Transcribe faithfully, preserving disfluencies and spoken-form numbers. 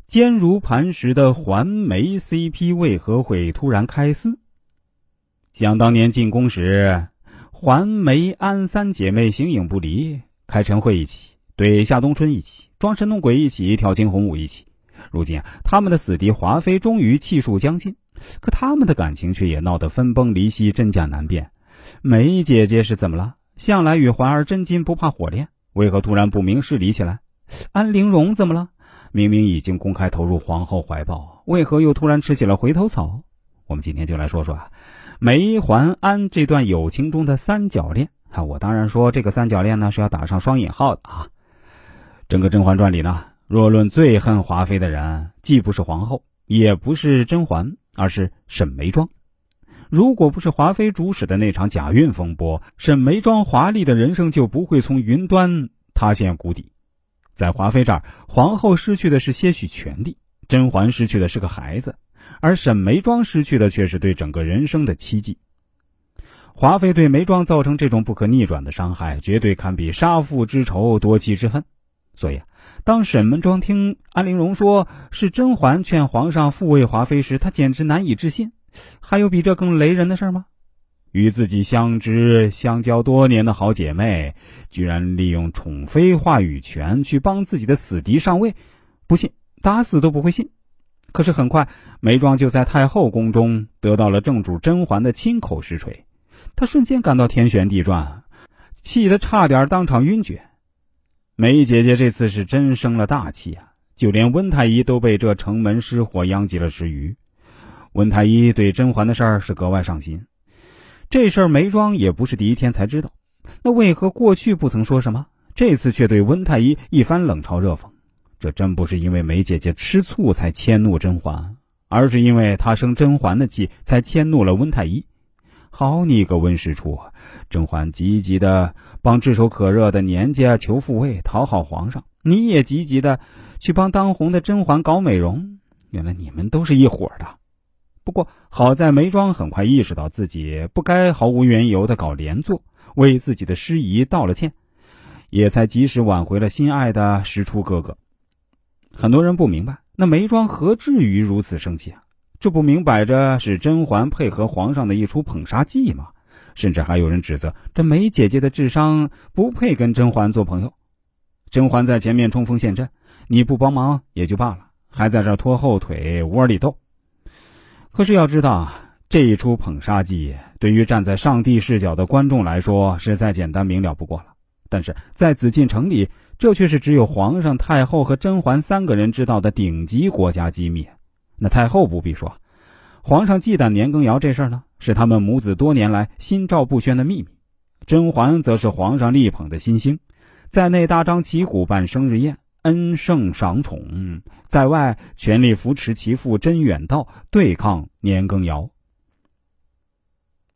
坚如磐石的环梅 C P 为何会突然开撕？想当年进宫时，环梅安三姐妹形影不离，开晨会一起，对夏冬春一起，装神弄鬼一起，跳惊鸿舞一起。如今啊，他们的死敌华妃终于气数将尽，可他们的感情却也闹得分崩离析，真假难辨。梅姐姐是怎么了？向来与环儿真金不怕火炼，为何突然不明事理起来？安陵容怎么了？明明已经公开投入皇后怀抱，为何又突然吃起了回头草？我们今天就来说说啊，梅环安这段友情中的三角恋啊，我当然说这个三角恋呢是要打上双引号的啊。整个《甄嬛传》里呢，若论最恨华妃的人，既不是皇后，也不是甄嬛，而是沈眉庄。如果不是华妃主使的那场假孕风波，沈眉庄华丽的人生就不会从云端塌陷谷底。在华妃这儿，皇后失去的是些许权力，甄嬛失去的是个孩子，而沈眉庄失去的却是对整个人生的期冀。华妃对眉庄造成这种不可逆转的伤害，绝对堪比杀父之仇，夺妻之恨。所以啊，当沈眉庄听安陵容说是甄嬛劝皇上复位华妃时，她简直难以置信。还有比这更雷人的事吗？与自己相知相交多年的好姐妹，居然利用宠妃话语权去帮自己的死敌上位，不信，打死都不会信。可是很快，眉庄就在太后宫中得到了正主甄嬛的亲口实锤，她瞬间感到天旋地转，气得差点当场晕厥。梅姐姐这次是真生了大气啊，就连温太医都被这城门失火殃及了十余。温太医对甄嬛的事儿是格外上心，这事儿眉庄也不是第一天才知道，那为何过去不曾说什么，这次却对温太医一番冷嘲热讽？这真不是因为梅姐姐吃醋才迁怒甄嬛，而是因为她生甄嬛的气才迁怒了温太医。好你个温实初，甄嬛积极的帮炙手可热的年家求复位讨好皇上，你也积极的去帮当红的甄嬛搞美容，原来你们都是一伙的。不过好在眉庄很快意识到自己不该毫无缘由的搞连坐，为自己的失仪道了歉，也才及时挽回了心爱的实初哥哥。很多人不明白，那眉庄何至于如此生气啊？这不明摆着是甄嬛配合皇上的一出捧杀计吗？甚至还有人指责这梅姐姐的智商不配跟甄嬛做朋友。甄嬛在前面冲锋陷阵，你不帮忙也就罢了，还在这拖后腿窝里斗。可是要知道，这一出捧杀计对于站在上帝视角的观众来说是再简单明了不过了，但是在紫禁城里，这却是只有皇上、太后和甄嬛三个人知道的顶级国家机密。那太后不必说，皇上忌惮年羹尧这事呢，是他们母子多年来心照不宣的秘密。甄嬛则是皇上力捧的新星，在内大张旗鼓办生日宴，恩圣赏宠，在外全力扶持其父甄远道对抗年羹尧。